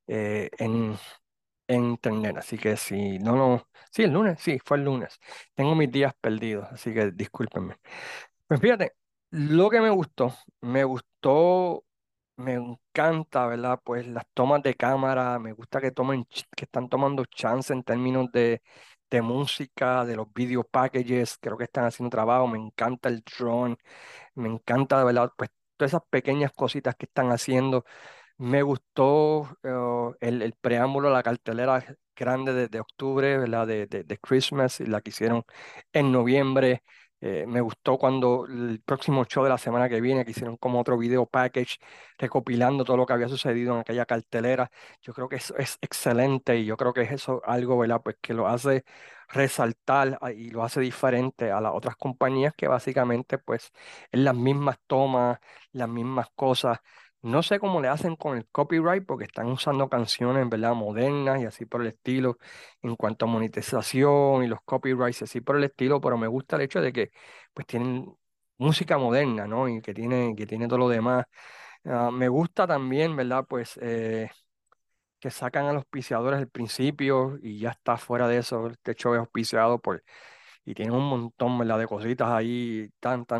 en internet. Así que si sí, el lunes, sí, fue el lunes. Tengo mis días perdidos, así que discúlpenme. Pues fíjate, lo que me gustó, me encanta, ¿verdad? Pues las tomas de cámara, me gusta que están tomando chance en términos de música, de los video packages, creo que están haciendo trabajo, me encanta el drone, me encanta, ¿verdad? Pues todas esas pequeñas cositas que están haciendo. Me gustó el preámbulo, la cartelera grande de octubre, ¿verdad? De Christmas, y la que hicieron en noviembre. Me gustó cuando el próximo show de la semana que viene, que hicieron como otro video package recopilando todo lo que había sucedido en aquella cartelera. Yo creo que eso es excelente y yo creo que es eso algo, ¿verdad? Pues que lo hace resaltar y lo hace diferente a las otras compañías que básicamente pues es las mismas tomas, las mismas cosas. No sé cómo le hacen con el copyright porque están usando canciones, ¿verdad? Modernas y así por el estilo en cuanto a monetización y los copyrights y así por el estilo, pero me gusta el hecho de que pues tienen música moderna, ¿no? Y que tiene todo lo demás. Me gusta también, ¿verdad? Pues que sacan a los auspiciadores al principio y ya está fuera de eso. Este show es auspiciado y tiene un montón, ¿verdad? De cositas ahí,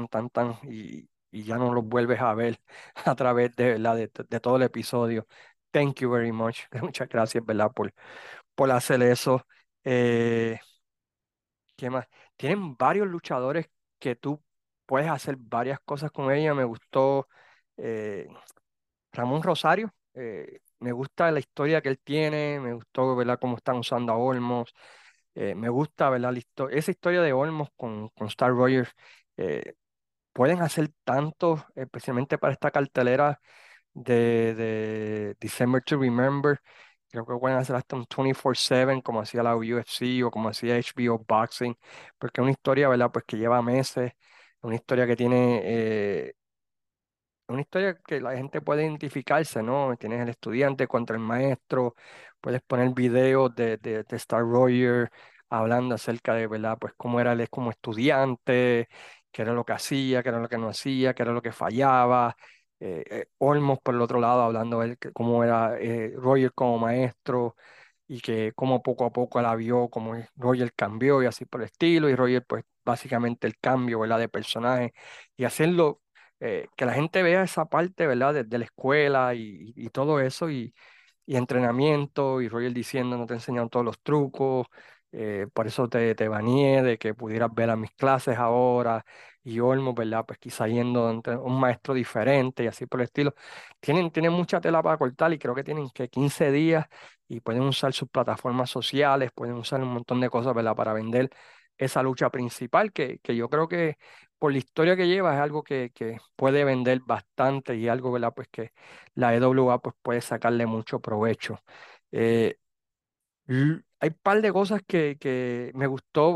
y ya no los vuelves a ver a través de todo el episodio. Thank you very much. Muchas gracias, ¿verdad? Por hacer eso. Eh, ¿Qué más? Tienen varios luchadores que tú puedes hacer varias cosas con ella. Me gustó eh, Ramón Rosario. Me gusta la historia que él tiene. Me gustó, ¿verdad? Cómo están usando a Olmos. Me gusta, ¿verdad? Esa historia de Olmos con Star Rogers. eh, Pueden hacer tanto, especialmente para esta cartelera de December to Remember. Creo que pueden hacer hasta un 24/7 como hacía la UFC o como hacía HBO Boxing, porque es una historia, ¿verdad? Pues que lleva meses, una historia que tiene una historia que la gente puede identificarse, ¿no? Tienes el estudiante contra el maestro, puedes poner videos de Star Roger hablando acerca de, ¿verdad? Pues cómo era él como estudiante, qué era lo que hacía, qué era lo que no hacía, qué era lo que fallaba. Olmos, por el otro lado, hablando de él, cómo era Roger como maestro y que cómo poco a poco la vio, cómo Roger cambió y así por el estilo, y Roger, pues básicamente el cambio, ¿verdad? De personaje y hacerlo que la gente vea esa parte, ¿verdad? De la escuela y todo eso y entrenamiento y Roger diciendo no te enseñan todos los trucos Por eso te baneé de que pudieras ver a mis clases ahora y Olmo, ¿verdad? Pues quizá yendo ante un maestro diferente y así por el estilo. Tienen mucha tela para cortar y creo que tienen que 15 días y pueden usar sus plataformas sociales, pueden usar un montón de cosas, ¿verdad? Para vender esa lucha principal que yo creo que por la historia que lleva es algo que puede vender bastante y algo, ¿verdad? Pues que la EWA pues puede sacarle mucho provecho. Eh, Hay un par de cosas que me gustó,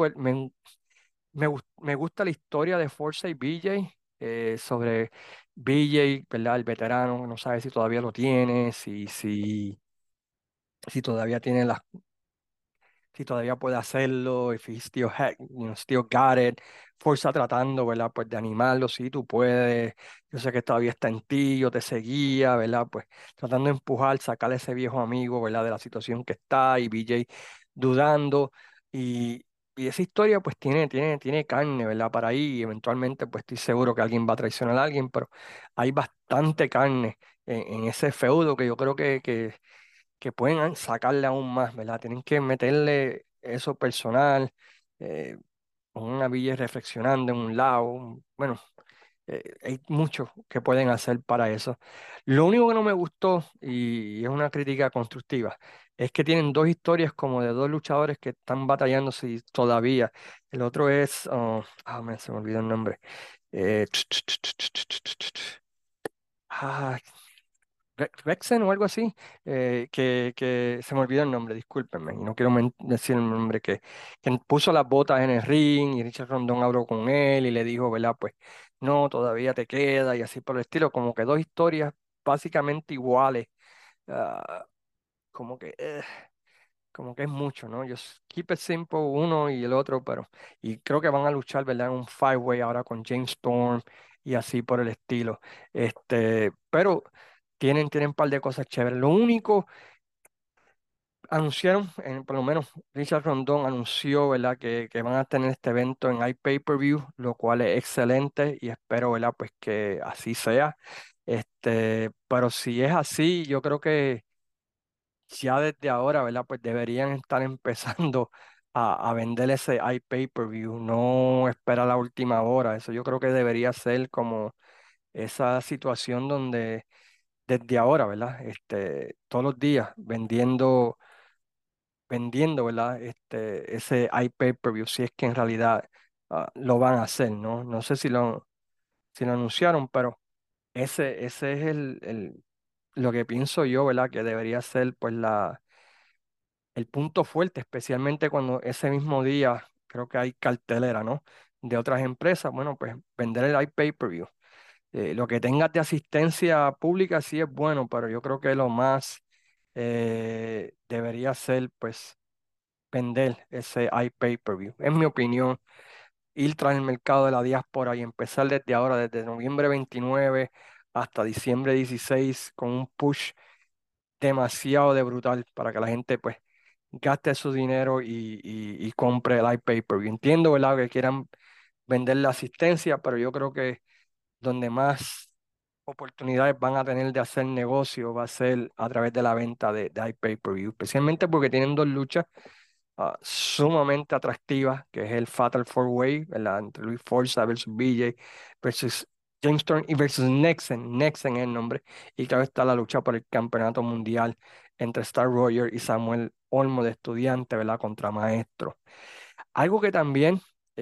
me gusta la historia de Forza y BJ, sobre BJ, ¿verdad? El veterano, no sabe si todavía lo tiene, si todavía tiene las si todavía puede hacerlo, if he still, still got it. Forza tratando, ¿verdad? Pues de animarlo, sí, tú puedes. Yo sé que todavía está en ti, yo te seguía, ¿verdad? Pues tratando de empujar, sacar a ese viejo amigo, ¿verdad? De la situación que está y BJ dudando. Y, y esa historia, pues tiene carne, ¿verdad? Para ahí. Y eventualmente, pues estoy seguro que alguien va a traicionar a alguien, pero hay bastante carne en ese feudo que yo creo que pueden sacarle aún más, ¿verdad? Tienen que meterle eso personal, con una villa reflexionando en un lado. Bueno, hay mucho que pueden hacer para eso. Lo único que no me gustó, y es una crítica constructiva, es que tienen dos historias como de dos luchadores que están batallando si todavía. El otro es, se me olvidó el nombre. Eh, ah, Rexen o algo así, que se me olvidó el nombre, discúlpenme, y no quiero decir el nombre, que puso las botas en el ring y Richard Rondón habló con él y le dijo, ¿verdad? Pues no, todavía te queda y así por el estilo, como que dos historias básicamente iguales, ah, como que... como que es mucho, ¿no? Just keep it simple uno y el otro, pero y creo que van a luchar, ¿verdad? En un five-way ahora con James Storm y así por el estilo. Pero tienen un par de cosas chéveres. Lo único, anunciaron, por lo menos Richard Rondón anunció, ¿verdad? Que van a tener este evento en iPay-per-view, lo cual es excelente y espero, ¿verdad? Pues que así sea. Pero si es así, yo creo que ya desde ahora, ¿verdad? Pues deberían estar empezando a vender ese iPay-per-view, no esperar la última hora. Eso yo creo que debería ser como esa situación donde desde ahora, ¿verdad? Todos los días vendiendo, ¿verdad? Ese iPay-per-view, si es que en realidad lo van a hacer, ¿no? No sé si lo anunciaron, pero ese es lo que pienso yo, ¿verdad? Que debería ser pues el punto fuerte, especialmente cuando ese mismo día creo que hay cartelera, ¿no? De otras empresas, bueno, pues vender el iPay-per-view. Lo que tengas de asistencia pública sí es bueno, pero yo creo que lo más debería ser, pues, vender ese iPay-per-view. En mi opinión, ir tras el mercado de la diáspora y empezar desde ahora, desde noviembre 29 hasta diciembre 16, con un push demasiado de brutal para que la gente pues gaste su dinero y compre el iPay-per-view. Entiendo, ¿verdad? Que quieran vender la asistencia, pero yo creo que donde más oportunidades van a tener de hacer negocio va a ser a través de la venta de iPay-per-view, especialmente porque tienen dos luchas sumamente atractivas, que es el Fatal Four Way, ¿verdad? Entre Luis Forza versus BJ versus James Storm y versus Nexen. Nexen es el nombre. Y claro está la lucha por el campeonato mundial entre Star Roger y Samuel Olmo de estudiante, ¿verdad? Contra Maestro. Algo que también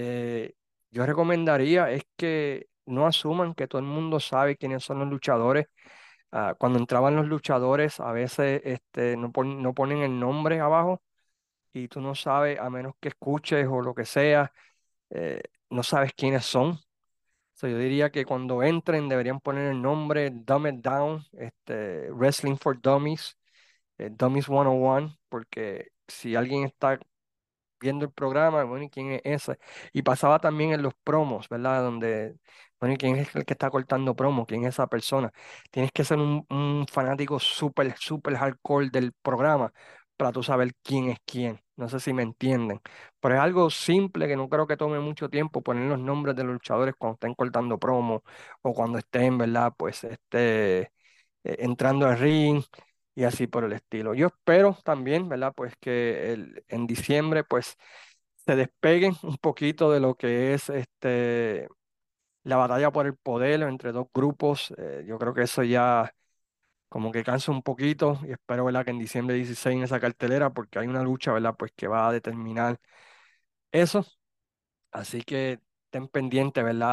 yo recomendaría es que no asuman que todo el mundo sabe quiénes son los luchadores. Cuando entraban los luchadores, a veces no ponen el nombre abajo y tú no sabes, a menos que escuches o lo que sea, no sabes quiénes son. Yo diría que cuando entren deberían poner el nombre Dumb It Down, Wrestling for Dummies, Dummies 101, porque si alguien está viendo el programa, bueno, ¿y quién es ese? Y pasaba también en los promos, ¿verdad? Donde, bueno, ¿y quién es el que está cortando promos? ¿Quién es esa persona? Tienes que ser un fanático súper, súper hardcore del programa para tú saber quién es quién. No sé si me entienden. Pero es algo simple que no creo que tome mucho tiempo poner los nombres de los luchadores cuando estén cortando promos o cuando estén, ¿verdad? Pues entrando al ring y así por el estilo. Yo espero también, ¿verdad? Pues que en diciembre pues se despeguen un poquito de lo que es la batalla por el poder entre dos grupos. Yo creo que eso ya como que cansa un poquito y espero, ¿verdad? Que en diciembre 16 en esa cartelera porque hay una lucha, ¿verdad? Pues que va a determinar eso. Así que estén pendientes, ¿verdad?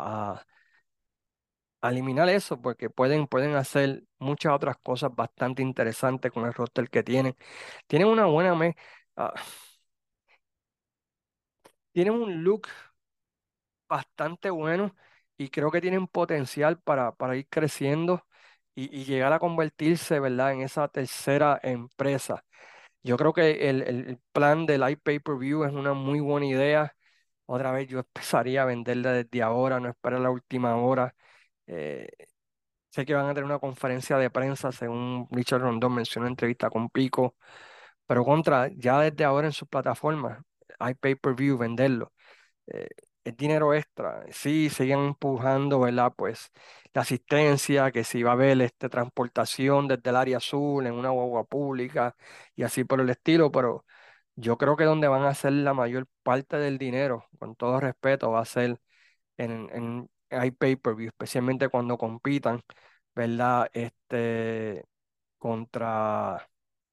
A eliminar eso porque pueden hacer muchas otras cosas bastante interesantes con el roster que tienen. Tienen una buena ah, tienen un look bastante bueno y creo que tienen potencial para ir creciendo y llegar a convertirse, ¿verdad? En esa tercera empresa. Yo creo que el plan del iPay-per-view es una muy buena idea. Otra vez yo empezaría a venderla desde ahora, no esperar la última hora. Eh, Sé que van a tener una conferencia de prensa, según Richard Rondón mencionó en entrevista con Pico, pero contra, ya desde ahora en sus plataformas, hay pay-per-view, venderlo. eh, es dinero extra. Sí, siguen empujando, ¿verdad? Pues la asistencia, que si va a haber transportación desde el área azul en una guagua pública y así por el estilo, pero yo creo que donde van a hacer la mayor parte del dinero, con todo respeto, va a ser en hay pay-per-view, especialmente cuando compitan, ¿verdad? Contra,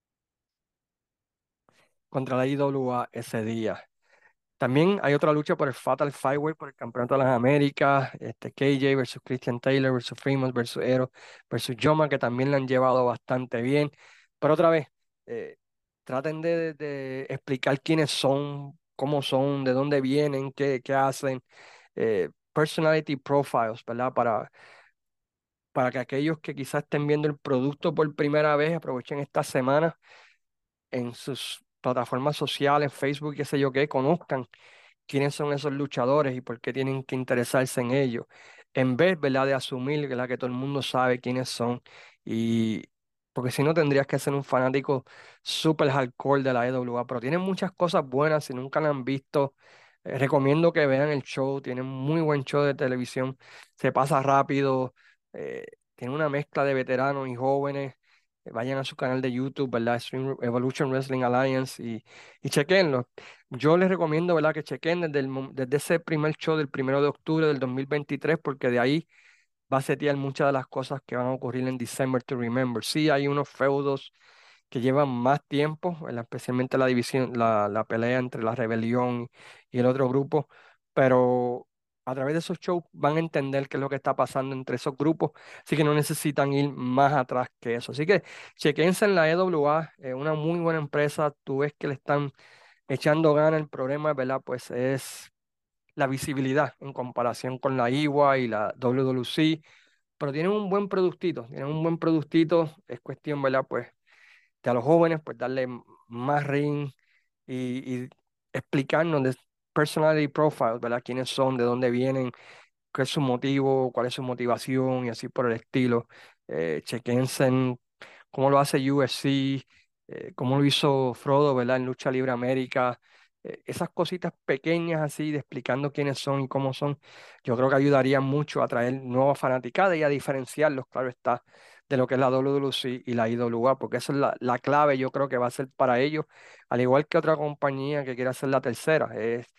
contra la IWA ese día. También hay otra lucha por el Fatal Five-Way, por el Campeonato de las Américas, KJ versus Christian Taylor versus Freeman versus Ero versus Joma, que también la han llevado bastante bien. Pero otra vez, eh, traten de explicar quiénes son, cómo son, de dónde vienen, qué hacen. Personality profiles, ¿verdad? Para que aquellos que quizás estén viendo el producto por primera vez aprovechen esta semana en sus plataformas sociales, Facebook, qué sé yo qué, conozcan quiénes son esos luchadores y por qué tienen que interesarse en ellos, en vez, ¿verdad?, de asumir, ¿verdad?, que todo el mundo sabe quiénes son y porque si no tendrías que ser un fanático súper hardcore de la EWA, pero tienen muchas cosas buenas, si nunca la han visto, recomiendo que vean el show, tienen muy buen show de televisión, se pasa rápido, eh, tiene una mezcla de veteranos y jóvenes. Vayan a su canal de YouTube, ¿verdad? Extreme Evolution Wrestling Alliance y chequenlo. Yo les recomiendo, ¿verdad?, que chequen desde ese primer show del 1 de octubre del 2023, porque de ahí va a setear muchas de las cosas que van a ocurrir en December to Remember. Sí, hay unos feudos que llevan más tiempo, ¿verdad?, especialmente la división, la pelea entre la Rebelión y el otro grupo, pero a través de esos shows van a entender qué es lo que está pasando entre esos grupos, así que no necesitan ir más atrás que eso. Así que chequense en la EWA, una muy buena empresa, tú ves que le están echando ganas. El problema, ¿verdad? Pues es la visibilidad en comparación con la IWA y la WWC, pero tienen un buen productito, es cuestión, ¿verdad? Pues de a los jóvenes, pues darle más ring y explicarnos de personality profiles, ¿verdad? Quiénes son, de dónde vienen, qué es su motivo, cuál es su motivación y así por el estilo. Chequense en cómo lo hace UFC, cómo lo hizo Frodo, ¿verdad? En Lucha Libre América. Esas cositas pequeñas así de explicando quiénes son y cómo son, yo creo que ayudaría mucho a atraer nuevas fanaticadas y a diferenciarlos, claro está, de lo que es la WWC y la IWA, porque esa es la clave, yo creo que va a ser para ellos, al igual que otra compañía que quiera ser la tercera, es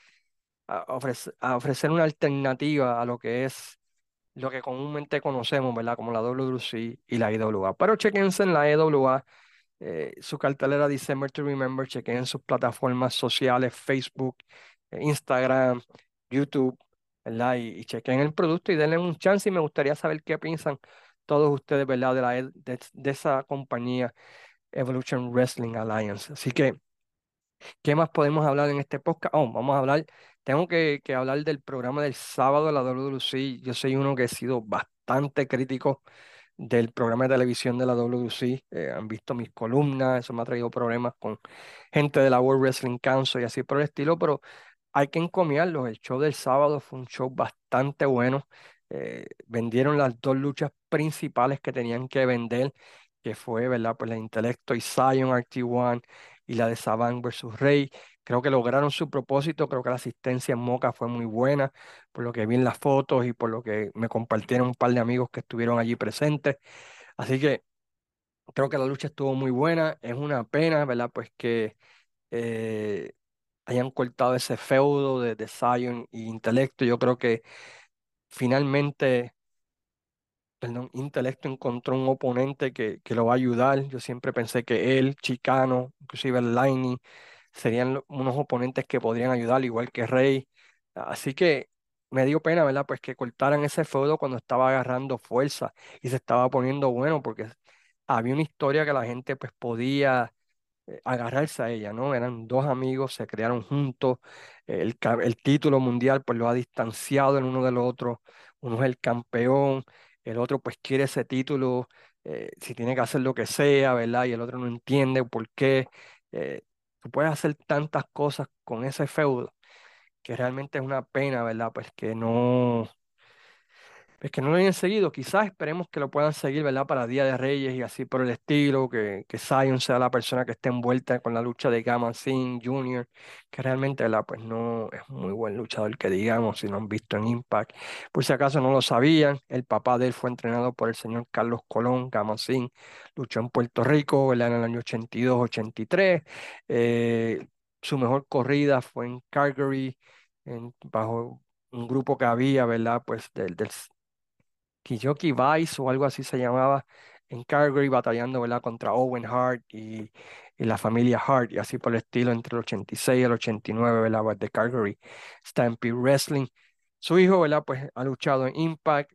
a ofrecer una alternativa a lo que es lo que comúnmente conocemos, ¿verdad? Como la WWC y la IWA. Pero chequense en la EWA, su cartelera December to Remember, chequen sus plataformas sociales, Facebook, Instagram, YouTube, ¿verdad? Y chequen el producto y denle un chance y me gustaría saber qué piensan todos ustedes, ¿verdad? De esa compañía Evolution Wrestling Alliance. Así que ¿qué más podemos hablar en este podcast? Oh, vamos a hablar, tengo que hablar del programa del sábado de la WWC. Yo soy uno que he sido bastante crítico del programa de televisión de la WWC. Han visto mis columnas, eso me ha traído problemas con gente de la World Wrestling Council y así por el estilo, pero hay que encomiarlos. El show del sábado fue un show bastante bueno. Vendieron las dos luchas principales que tenían que vender, que fue, ¿verdad? Pues la Intelecto y Zion RT1 y la de Saban versus Rey. Creo que lograron su propósito. Creo que la asistencia en Moca fue muy buena, por lo que vi en las fotos y por lo que me compartieron un par de amigos que estuvieron allí presentes. Así que Creo que la lucha estuvo muy buena. Es una pena, ¿verdad? Pues que eh, hayan cortado ese feudo de Zion y Intelecto. Yo creo que finalmente, perdón, Intelecto encontró un oponente que lo va a ayudar. Yo siempre pensé que él, Chicano, inclusive el Lightning, serían unos oponentes que podrían ayudar, igual que Rey. Así que me dio pena, ¿verdad? Pues que cortaran ese feudo cuando estaba agarrando fuerza y se estaba poniendo bueno, porque había una historia que la gente pues podía agarrarse a ella, ¿no? Eran dos amigos, se crearon juntos, el título mundial pues lo ha distanciado en uno del otro, uno es el campeón, el otro pues quiere ese título, si tiene que hacer lo que sea, ¿verdad? Y el otro no entiende por qué. Tú puedes hacer tantas cosas con ese feudo que realmente es una pena, ¿verdad? Pues que no lo hayan seguido. Quizás esperemos que lo puedan seguir, ¿verdad? Para Día de Reyes y así por el estilo, que Zion sea la persona que esté envuelta con la lucha de Gaman Singh Jr., que realmente, ¿verdad? Pues no es muy buen luchador que digamos, si lo han visto en Impact. Por si acaso no lo sabían, el papá de él fue entrenado por el señor Carlos Colón. Gaman Singh luchó en Puerto Rico, ¿verdad? En el año 82, 83. Eh, Su mejor corrida fue en Calgary, bajo un grupo que había, ¿verdad? Pues del Kiyoki Vice o algo así se llamaba, en Calgary, batallando, ¿verdad? Contra Owen Hart y la familia Hart, y así por el estilo, entre el 86 y el 89, ¿verdad? Pues de Calgary Stampede Wrestling. Su hijo, ¿verdad? Pues ha luchado en Impact.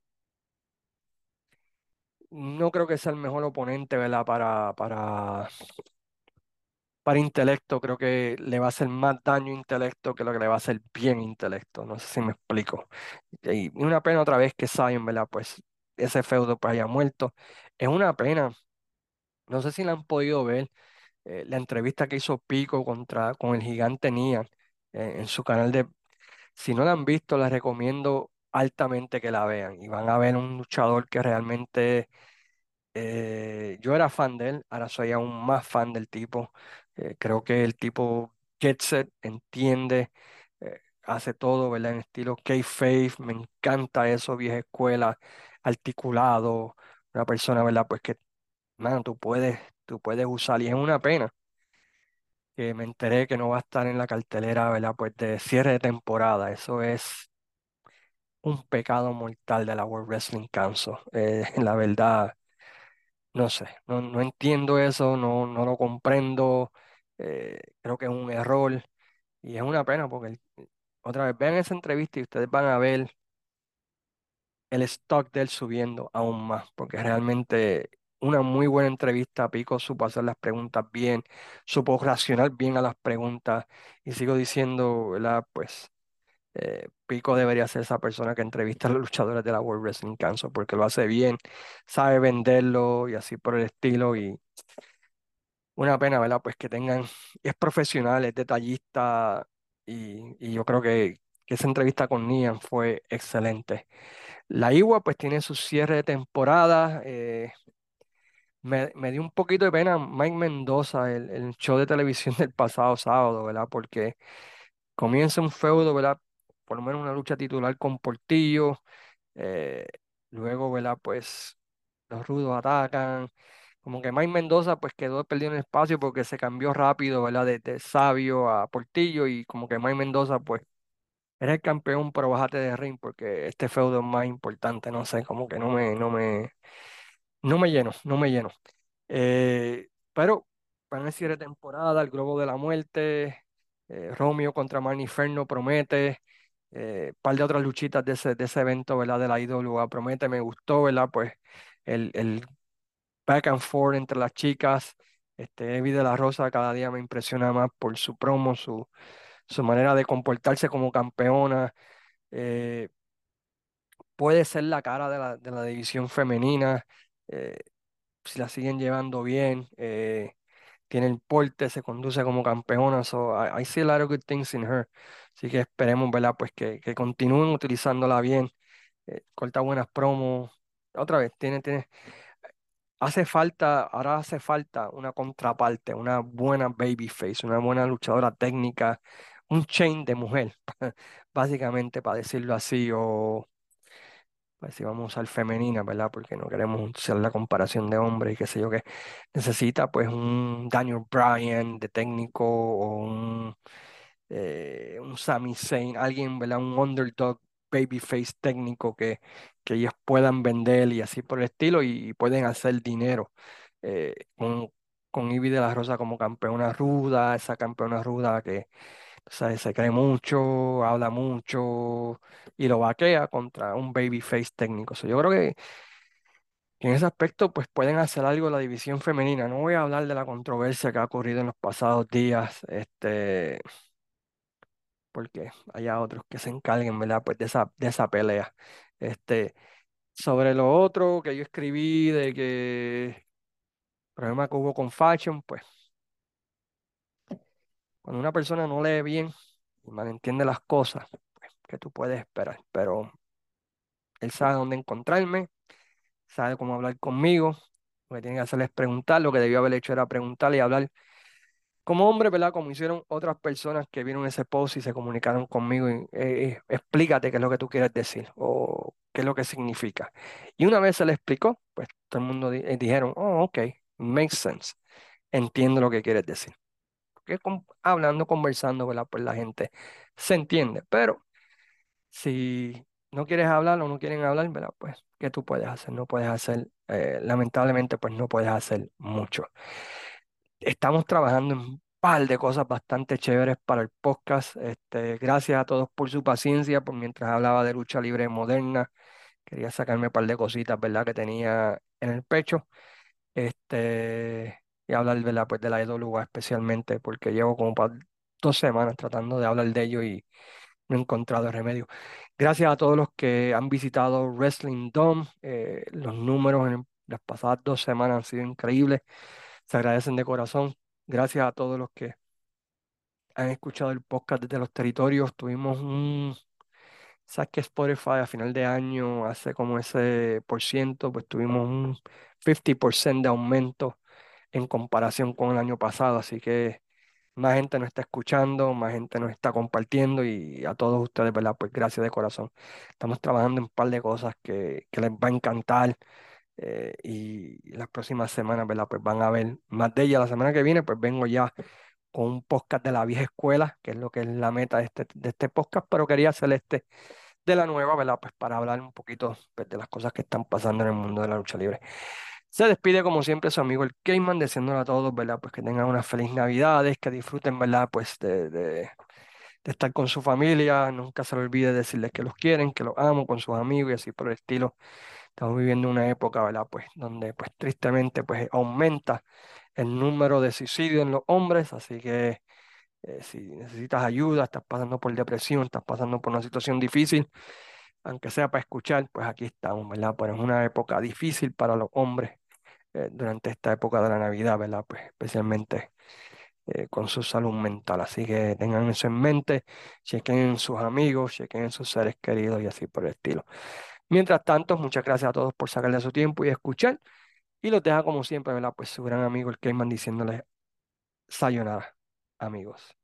No creo que sea el mejor oponente, ¿verdad? Para Intelecto. Creo que le va a hacer más daño a Intelecto que lo que le va a hacer bien Intelecto. No sé si me explico. Y una pena otra vez que Zion, ¿verdad? Pues ese feudo pues haya muerto. Es una pena. No sé si la han podido ver, la entrevista que hizo Pico con el gigante Nian en su canal de... Si no la han visto, les recomiendo altamente que la vean. Y van a ver un luchador que realmente yo era fan de él, ahora soy aún más fan del tipo. Creo que el tipo gets it, entiende, hace todo, ¿verdad? En estilo K-Faith, me encanta eso, vieja escuela, articulado, una persona, ¿verdad? Pues que, mano, tú puedes usar, y es una pena que me enteré que no va a estar en la cartelera, ¿verdad? Pues de cierre de temporada, eso es un pecado mortal de la World Wrestling Council, la verdad. No sé, no entiendo eso, no lo comprendo, creo que es un error y es una pena porque otra vez vean esa entrevista y ustedes van a ver el stock de él subiendo aún más, porque realmente una muy buena entrevista. Pico supo hacer las preguntas bien, supo reaccionar bien a las preguntas y sigo diciendo, ¿verdad? Pues Pico debería ser esa persona que entrevista a los luchadores de la World Wrestling Council porque lo hace bien, sabe venderlo y así por el estilo. Y una pena, ¿verdad? Pues que tengan, es profesional, es detallista y yo creo que esa entrevista con Nian fue excelente. La Igua pues tiene su cierre de temporada. Me dio un poquito de pena Mike Mendoza, el show de televisión del pasado sábado, ¿verdad? Porque comienza un feudo, ¿verdad? Por lo menos una lucha titular con Portillo. eh, Luego, ¿verdad? Pues los rudos atacan. Como que Mike Mendoza pues quedó perdido en el espacio porque se cambió rápido, ¿verdad? De Sabio a Portillo y como que Mike Mendoza pues era el campeón, pero bájate de ring porque este feudo es más importante, no sé, como que no me lleno, no me lleno. Pero van a cierre de temporada, el Globo de la Muerte, Romeo contra Maniferno promete, par de otras luchitas de ese evento, ¿verdad? De la IWA promete, me gustó, ¿verdad? Pues el back and forth entre las chicas. Evie de la Rosa cada día me impresiona más por su promo, su manera de comportarse como campeona. eh, Puede ser la cara de la división femenina, eh, si la siguen llevando bien. Tiene el porte, se conduce como campeona. So I see a lot of good things in her. Así que esperemos, ¿verdad? Pues que continúen utilizándola bien. Corta buenas promos. Otra vez, ahora hace falta una contraparte, una buena babyface, una buena luchadora técnica, un chain de mujer, básicamente para decirlo así, o pues si vamos a usar femenina, ¿verdad? Porque no queremos hacer la comparación de hombres y qué sé yo qué. Necesita pues un Daniel Bryan de técnico o un Sami Zayn, alguien, ¿verdad? Un underdog babyface técnico que ellos puedan vender y así por el estilo y pueden hacer dinero. Con Ivy de la Rosa como campeona ruda, esa campeona ruda que se cree mucho, habla mucho y lo vaquea contra un babyface técnico. So, yo creo que en ese aspecto pues pueden hacer algo la división femenina. No voy a hablar de la controversia que ha ocurrido en los pasados días, porque haya otros que se encarguen, ¿verdad? Pues de esa pelea. Este, sobre lo otro que yo escribí de que problema que hubo con Fashion, pues cuando una persona no lee bien y malentiende las cosas, pues, ¿qué tú puedes esperar? Pero él sabe dónde encontrarme, sabe cómo hablar conmigo. Lo que tiene que hacer es preguntar, lo que debió haber hecho era preguntar y hablar como hombre, ¿verdad? Como hicieron otras personas que vieron ese post y se comunicaron conmigo y explícate qué es lo que tú quieres decir o qué es lo que significa. Y una vez se le explicó, pues todo el mundo dijeron, oh, ok, makes sense, entiendo lo que quieres decir. Porque hablando, conversando, ¿verdad? Pues la gente se entiende, pero si no quieres hablar o no quieren hablar, ¿verdad? Pues, ¿qué tú puedes hacer? No puedes hacer, lamentablemente, pues no puedes hacer mucho. Estamos trabajando en un par de cosas bastante chéveres para el podcast. Gracias a todos por su paciencia, por mientras hablaba de lucha libre moderna. Quería sacarme un par de cositas, ¿verdad? Que tenía en el pecho. Y hablar, ¿verdad? Pues de la EWA especialmente, porque llevo como 2 semanas tratando de hablar de ello y no he encontrado remedio. Gracias a todos los que han visitado Wrestling Dome. Los números en las pasadas 2 semanas han sido increíbles. Se agradecen de corazón. Gracias a todos los que han escuchado el podcast desde los territorios. Tuvimos sabes que Spotify a final de año hace como ese por ciento, pues tuvimos un 50% de aumento en comparación con el año pasado. Así que más gente nos está escuchando, más gente nos está compartiendo y a todos ustedes, ¿verdad? Pues gracias de corazón. Estamos trabajando en un par de cosas que les va a encantar y las próximas semanas, ¿verdad? Pues van a ver más de ellas. La semana que viene, pues vengo ya con un podcast de la vieja escuela, que es lo que es la meta de este podcast, pero quería hacer este de la nueva, ¿verdad? Pues para hablar un poquito pues, de las cosas que están pasando en el mundo de la lucha libre. Se despide como siempre su amigo el Cayman, deseándole a todos, ¿verdad? Pues que tengan unas feliz Navidades, que disfruten, ¿verdad? Pues de estar con su familia, nunca se le olvide decirles que los quieren, que los amo con sus amigos y así por el estilo. Estamos viviendo una época, ¿verdad? Pues donde pues tristemente pues aumenta el número de suicidios en los hombres, así que si necesitas ayuda, estás pasando por depresión, estás pasando por una situación difícil, aunque sea para escuchar, pues aquí estamos, ¿verdad? Pues es una época difícil para los hombres durante esta época de la Navidad, ¿verdad? Pues especialmente con su salud mental. Así que tengan eso en mente, chequen en sus amigos, chequen en sus seres queridos y así por el estilo. Mientras tanto, muchas gracias a todos por sacarle su tiempo y escuchar. Y los deja como siempre, ¿verdad? Pues su gran amigo el Cayman diciéndoles sayonara, amigos.